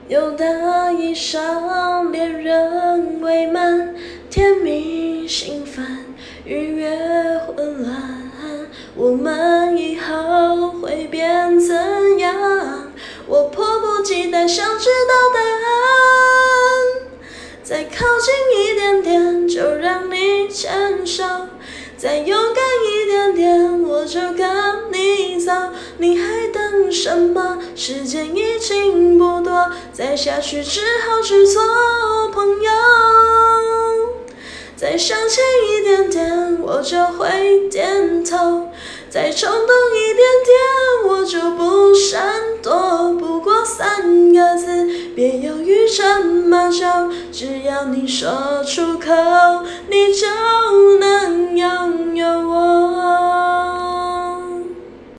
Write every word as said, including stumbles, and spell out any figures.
有大衣上恋人未满，甜蜜兴奋，愉悦混乱。我们以后会变怎样？我迫不及待想知道答案。再靠近一点点，就让你牵手；再勇敢一点点，我就跟你走。你还等什么？时间已经不多，再下去只好只做朋友。再向前一点点，我就会点头；再冲动一点点，我就不闪躲。不过三个字，别犹豫这么久，只要你说出口，你就能拥有我。